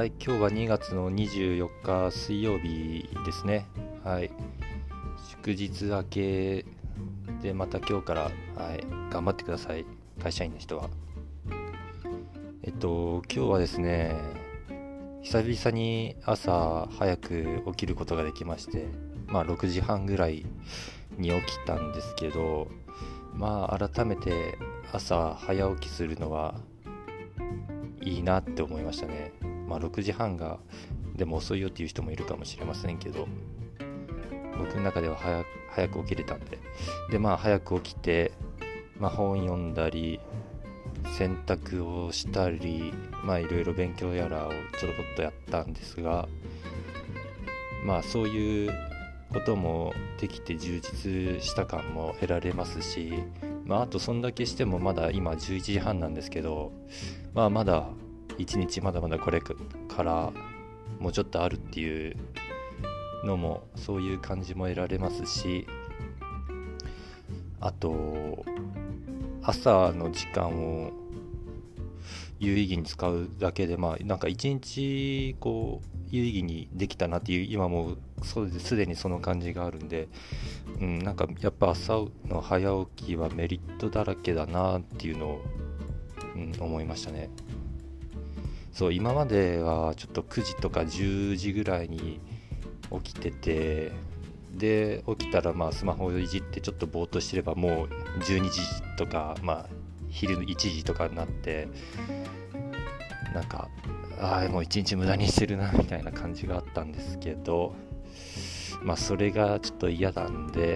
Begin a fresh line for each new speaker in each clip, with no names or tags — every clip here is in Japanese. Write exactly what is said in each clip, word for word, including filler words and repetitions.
はい、今日はにがつのにじゅうよっか水曜日ですね。はい、祝日明けでまた今日から、はい、頑張ってください、会社員の人は。えっと、今日はですね、久々に朝早く起きることができまして、まあろくじはんぐらいに起きたんですけど、まあ改めて朝早起きするのはいいなって思いましたね。まあろくじはんがでも遅いよっていう人もいるかもしれませんけど、僕の中では早く早く起きれたんで、でまあ早く起きて、まあ、本読んだり洗濯をしたり、まあいろいろ勉強やらをちょろっとやったんですが、まあそういうこともできて充実した感も得られますし、まああとそんだけしてもまだ今じゅういちじはんなんですけど、まあまだ一日まだまだこれからもうちょっとあるっていうのも、そういう感じも得られますし、あと朝の時間を有意義に使うだけで、まあなんか一日こう有意義にできたなっていう、今もうそうですでにその感じがあるんで、うん、なんかやっぱ朝の早起きはメリットだらけだなっていうのを、うん、思いましたね。そう、今まではちょっとくじとかじゅうじぐらいに起きてて、で起きたらまあスマホをいじってちょっとぼーっとしてればもうじゅうにじとか、まあ昼いちじとかになって、なんかああもう一日無駄にしてるなみたいな感じがあったんですけど、まあそれがちょっと嫌なんで、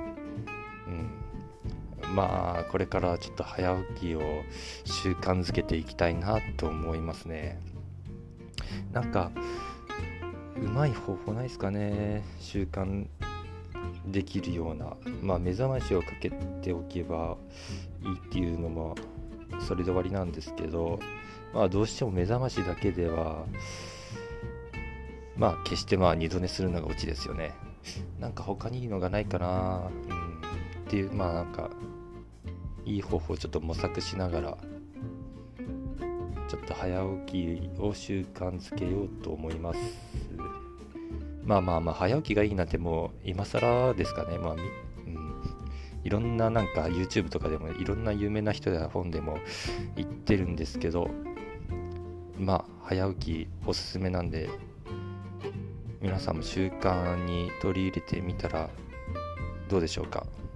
うん、まあこれからちょっと早起きを習慣づけていきたいなと思いますね。なんかうまい方法ないですかね、習慣できるような。まあ目覚ましをかけておけばいいっていうのもそれで終わりなんですけど、まあどうしても目覚ましだけではまあ決してまあ二度寝するのがオチですよね。なんか他にいいのがないかな、うん、っていう、まあなんかいい方法をちょっと模索しながら、ちょっと早起きを習慣づけようと思います。まあまあまあ早起きがいいなんてもう今更ですかね。まあ、うん、いろんななんか YouTube とかでもいろんな有名な人や本でも言ってるんですけど、まあ早起きおすすめなんで、皆さんも習慣に取り入れてみたらどうでしょうか。